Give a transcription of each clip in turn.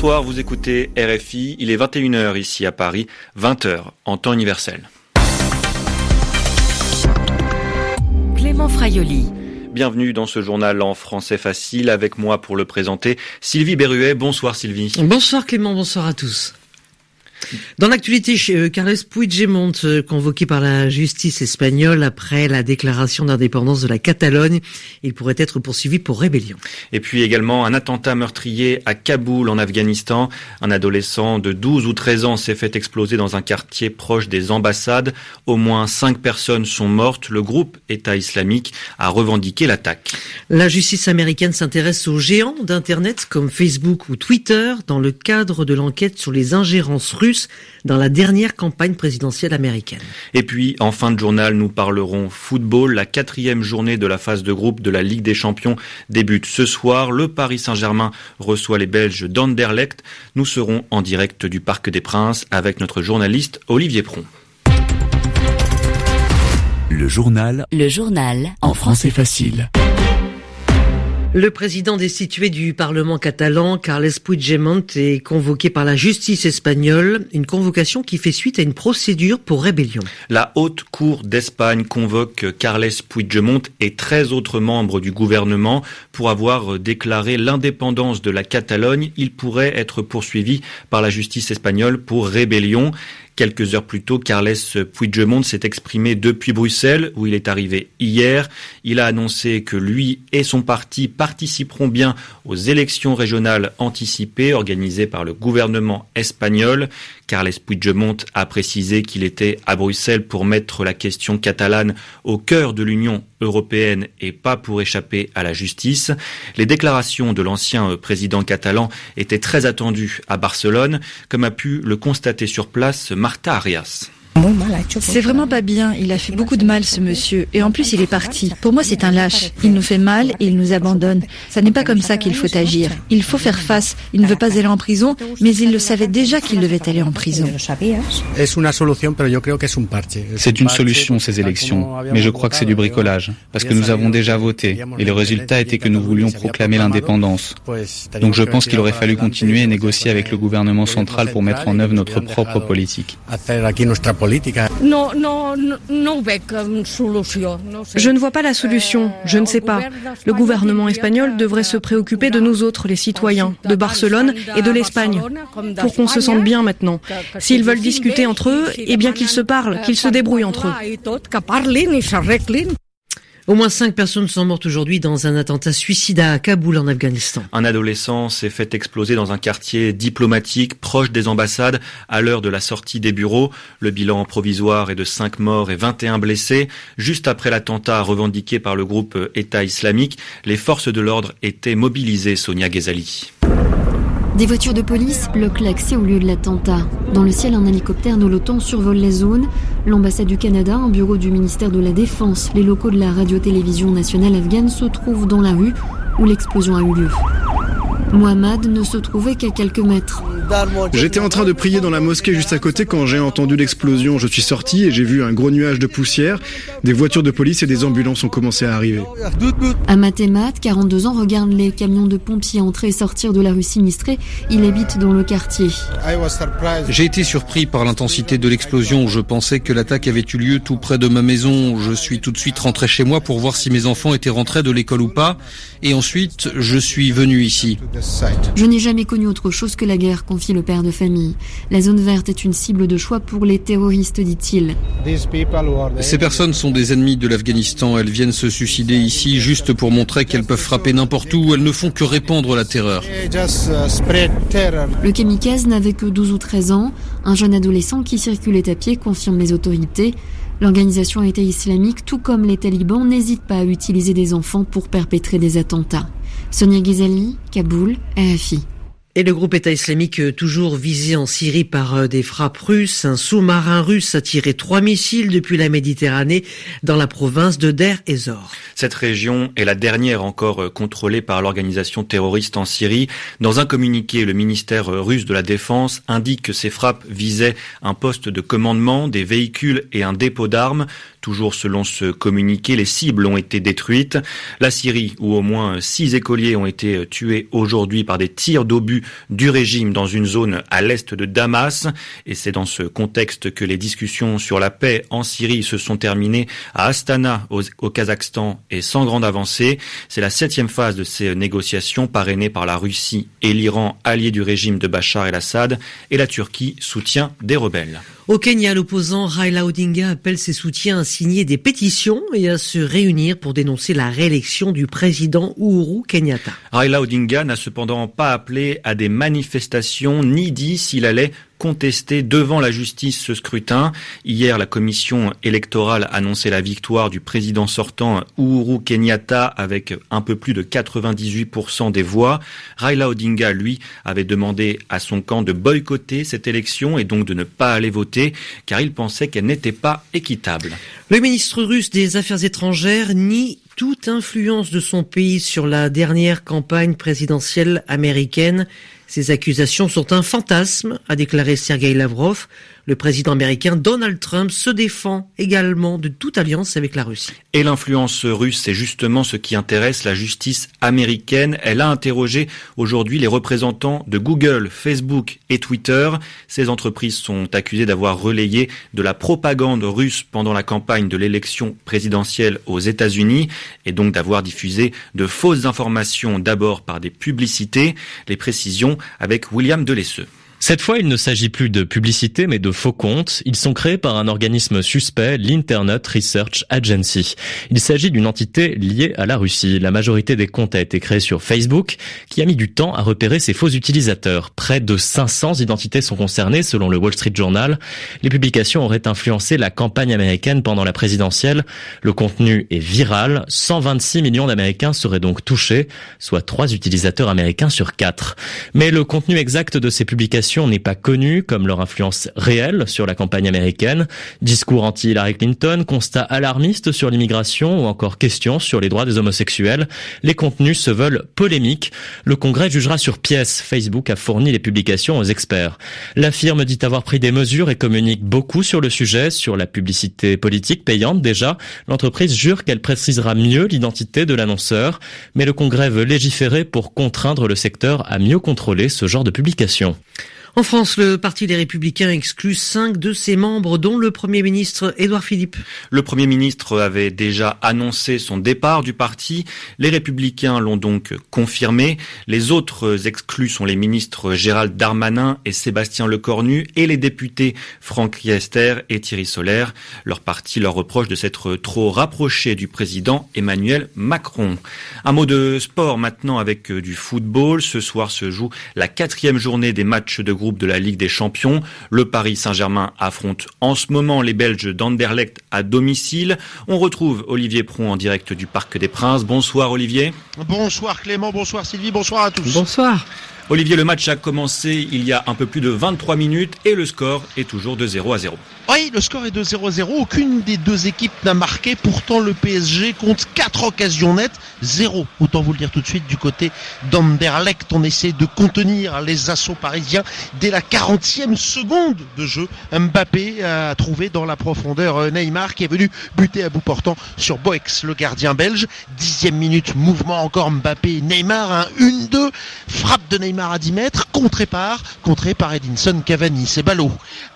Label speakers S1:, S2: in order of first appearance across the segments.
S1: Bonsoir, vous écoutez RFI, il est 21h ici à Paris, 20h en temps universel.
S2: Clément Fraioli.
S1: Bienvenue dans ce journal en français facile, avec moi pour le présenter, Sylvie Berruet. Bonsoir Sylvie.
S3: Bonsoir Clément, bonsoir à tous. Dans l'actualité, Carles Puigdemont, convoqué par la justice espagnole après la déclaration d'indépendance de la Catalogne, il pourrait être poursuivi pour rébellion.
S1: Et puis également un attentat meurtrier à Kaboul en Afghanistan. Un adolescent de 12 ou 13 ans s'est fait exploser dans un quartier proche des ambassades. Au moins 5 personnes sont mortes. Le groupe État islamique a revendiqué l'attaque.
S3: La justice américaine s'intéresse aux géants d'Internet comme Facebook ou Twitter dans le cadre de l'enquête sur les ingérences russes dans la dernière campagne présidentielle américaine.
S1: Et puis, en fin de journal, nous parlerons football. La 4e journée de la phase de groupe de la Ligue des Champions débute ce soir. Le Paris Saint-Germain reçoit les Belges d'Anderlecht. Nous serons en direct du Parc des Princes avec notre journaliste Olivier Pron.
S4: Le journal en français facile.
S3: Le président destitué du Parlement catalan, Carles Puigdemont, est convoqué par la justice espagnole, une convocation qui fait suite à une procédure pour rébellion.
S1: La Haute Cour d'Espagne convoque Carles Puigdemont et 13 autres membres du gouvernement pour avoir déclaré l'indépendance de la Catalogne. Il pourrait être poursuivi par la justice espagnole pour rébellion. Quelques heures plus tôt, Carles Puigdemont s'est exprimé depuis Bruxelles, où il est arrivé hier. Il a annoncé que lui et son parti participeront bien aux élections régionales anticipées organisées par le gouvernement espagnol. Carles Puigdemont a précisé qu'il était à Bruxelles pour mettre la question catalane au cœur de l'Union européenne et pas pour échapper à la justice. Les déclarations de l'ancien président catalan étaient très attendues à Barcelone, comme a pu le constater sur place Marta Arias.
S5: C'est vraiment pas bien, il a fait beaucoup de mal ce monsieur, et en plus il est parti. Pour moi c'est un lâche, il nous fait mal et il nous abandonne. Ça n'est pas comme ça qu'il faut agir, il faut faire face, il ne veut pas aller en prison, mais il le savait déjà qu'il devait aller en prison.
S6: C'est une solution ces élections, mais je crois que c'est du bricolage, parce que nous avons déjà voté, et le résultat était que nous voulions proclamer l'indépendance. Donc je pense qu'il aurait fallu continuer et négocier avec le gouvernement central pour mettre en œuvre notre propre politique.
S7: Je ne vois pas la solution, je ne sais pas. Le gouvernement espagnol devrait se préoccuper de nous autres, les citoyens, de Barcelone et de l'Espagne, pour qu'on se sente bien maintenant. S'ils veulent discuter entre eux, eh bien qu'ils se parlent, qu'ils se débrouillent entre eux.
S3: Au moins 5 personnes sont mortes aujourd'hui dans un attentat suicide à Kaboul en Afghanistan.
S1: Un adolescent s'est fait exploser dans un quartier diplomatique proche des ambassades à l'heure de la sortie des bureaux. Le bilan provisoire est de 5 morts et 21 blessés. Juste après l'attentat revendiqué par le groupe État islamique, les forces de l'ordre étaient mobilisées, Sonia Ghezali.
S8: Des voitures de police bloquent l'accès au lieu de l'attentat. Dans le ciel, un hélicoptère de l'OTAN survole la zone. L'ambassade du Canada, un bureau du ministère de la Défense, les locaux de la radio-télévision nationale afghane se trouvent dans la rue où l'explosion a eu lieu. Mohamed ne se trouvait qu'à quelques mètres.
S9: J'étais en train de prier dans la mosquée juste à côté quand j'ai entendu l'explosion. Je suis sorti et j'ai vu un gros nuage de poussière. Des voitures de police et des ambulances ont commencé à arriver.
S8: Ahmad Emad, 42 ans, regarde les camions de pompiers entrer et sortir de la rue sinistrée. Il habite dans le quartier.
S10: J'ai été surpris par l'intensité de l'explosion. Je pensais que l'attaque avait eu lieu tout près de ma maison. Je suis tout de suite rentré chez moi pour voir si mes enfants étaient rentrés de l'école ou pas. Et ensuite, je suis venu ici.
S8: Je n'ai jamais connu autre chose que la guerre, confie le père de famille. La zone verte est une cible de choix pour les terroristes, dit-il.
S10: Ces personnes sont des ennemis de l'Afghanistan. Elles viennent se suicider ici juste pour montrer qu'elles peuvent frapper n'importe où. Elles ne font que répandre la terreur.
S8: Le kamikaze n'avait que 12 ou 13 ans. Un jeune adolescent qui circulait à pied, confirme les autorités. L'organisation État islamique, tout comme les talibans, n'hésite pas à utiliser des enfants pour perpétrer des attentats. Sonia Ghezali, Kaboul, RFI.
S3: Et le groupe État islamique toujours visé en Syrie par des frappes russes. Un sous-marin russe a tiré 3 missiles depuis la Méditerranée dans la province de Der ez-Zor.
S1: Cette région est la dernière encore contrôlée par l'organisation terroriste en Syrie. Dans un communiqué, le ministère russe de la Défense indique que ces frappes visaient un poste de commandement, des véhicules et un dépôt d'armes. Toujours selon ce communiqué, les cibles ont été détruites. La Syrie, où au moins 6 écoliers ont été tués aujourd'hui par des tirs d'obus du régime dans une zone à l'est de Damas. Et c'est dans ce contexte que les discussions sur la paix en Syrie se sont terminées à Astana, au Kazakhstan, et sans grande avancée. C'est la 7e phase de ces négociations parrainée par la Russie et l'Iran, alliés du régime de Bachar el-Assad, et la Turquie soutient des rebelles.
S3: Au Kenya, l'opposant Raila Odinga appelle ses soutiens à signer des pétitions et à se réunir pour dénoncer la réélection du président Uhuru Kenyatta.
S1: Raila Odinga n'a cependant pas appelé à des manifestations ni dit s'il allait contester devant la justice ce scrutin. Hier, la commission électorale annonçait la victoire du président sortant Uhuru Kenyatta avec un peu plus de 98% des voix. Raila Odinga, lui, avait demandé à son camp de boycotter cette élection et donc de ne pas aller voter car il pensait qu'elle n'était pas équitable.
S3: Le ministre russe des Affaires étrangères nie toute influence de son pays sur la dernière campagne présidentielle américaine. Ces accusations sont un fantasme, a déclaré Sergei Lavrov. Le président américain Donald Trump se défend également de toute alliance avec la Russie.
S1: Et l'influence russe, c'est justement ce qui intéresse la justice américaine. Elle a interrogé aujourd'hui les représentants de Google, Facebook et Twitter. Ces entreprises sont accusées d'avoir relayé de la propagande russe pendant la campagne de l'élection présidentielle aux États-Unis et donc d'avoir diffusé de fausses informations d'abord par des publicités. Les précisions avec William Delesseux.
S11: Cette fois, il ne s'agit plus de publicité, mais de faux comptes. Ils sont créés par un organisme suspect, l'Internet Research Agency. Il s'agit d'une entité liée à la Russie. La majorité des comptes a été créée sur Facebook, qui a mis du temps à repérer ses faux utilisateurs. Près de 500 identités sont concernées, selon le Wall Street Journal. Les publications auraient influencé la campagne américaine pendant la présidentielle. Le contenu est viral. 126 millions d'Américains seraient donc touchés, soit 3 utilisateurs américains sur 4. Mais le contenu exact de ces publications n'est pas connu, comme leur influence réelle sur la campagne américaine. Discours anti-Hillary Clinton, constats alarmistes sur l'immigration ou encore questions sur les droits des homosexuels. Les contenus se veulent polémiques. Le Congrès jugera sur pièce. Facebook a fourni les publications aux experts. La firme dit avoir pris des mesures et communique beaucoup sur le sujet, sur la publicité politique payante déjà. L'entreprise jure qu'elle précisera mieux l'identité de l'annonceur, mais le Congrès veut légiférer pour contraindre le secteur à mieux contrôler ce genre de publications.
S3: En France, le Parti des Républicains exclut 5 de ses membres, dont le Premier ministre Édouard Philippe.
S1: Le Premier ministre avait déjà annoncé son départ du parti. Les Républicains l'ont donc confirmé. Les autres exclus sont les ministres Gérald Darmanin et Sébastien Lecornu et les députés Franck Riester et Thierry Solère. Leur parti leur reproche de s'être trop rapproché du président Emmanuel Macron. Un mot de sport maintenant avec du football. Ce soir se joue la 4e journée des matchs de groupe de la Ligue des Champions. Le Paris Saint-Germain affronte en ce moment les Belges d'Anderlecht à domicile. On retrouve Olivier Pron en direct du Parc des Princes. Bonsoir Olivier.
S12: Bonsoir Clément, bonsoir Sylvie, bonsoir à tous.
S3: Bonsoir.
S1: Olivier, le match a commencé il y a un peu plus de 23 minutes et le score est toujours de 0-0.
S12: Oui, le score est de 0-0. Aucune des deux équipes n'a marqué. Pourtant, le PSG compte 4 occasions nettes. 0, autant vous le dire tout de suite, du côté d'Anderlecht. On essaie de contenir les assauts parisiens. Dès la 40e seconde de jeu, Mbappé a trouvé dans la profondeur Neymar qui est venu buter à bout portant sur Boex, le gardien belge. 10e minute, mouvement encore Mbappé, Neymar, 1-2, frappe de Neymar à 10 mètres, contré par Edinson Cavani, c'est ballot.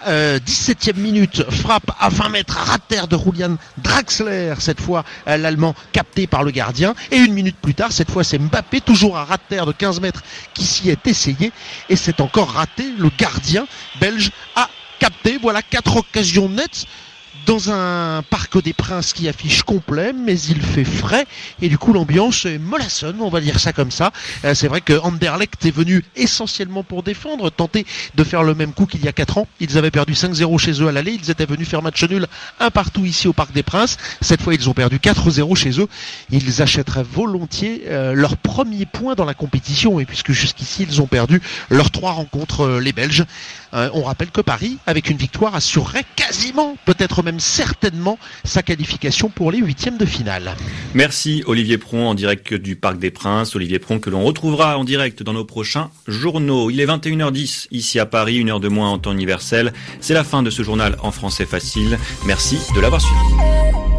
S12: 17e minute, frappe à 20 mètres, ras de terre de Julian Draxler, cette fois l'Allemand capté par le gardien. Et 1 minute plus tard, cette fois c'est Mbappé, toujours à ras de terre de 15 mètres qui s'y est essayé. Et c'est encore raté, le gardien belge a capté. Voilà 4 occasions nettes dans un Parc des Princes qui affiche complet, mais il fait frais et du coup l'ambiance est mollassonne, on va dire ça comme ça. C'est vrai que Anderlecht est venu essentiellement pour défendre, tenter de faire le même coup qu'il y a 4 ans. Ils avaient perdu 5-0 chez eux à l'aller, ils étaient venus faire match nul un partout ici au Parc des Princes. Cette fois ils ont perdu 4-0 chez eux. Ils achèteraient volontiers leur premier point dans la compétition, et puisque jusqu'ici ils ont perdu leurs 3 rencontres, les Belges. On rappelle que Paris, avec une victoire, assurerait quasiment, peut-être même certainement, sa qualification pour les 8e de finale.
S1: Merci Olivier Pron en direct du Parc des Princes. Olivier Pron que l'on retrouvera en direct dans nos prochains journaux. Il est 21h10 ici à Paris, 1 heure de moins en temps universel. C'est la fin de ce journal en français facile. Merci de l'avoir suivi.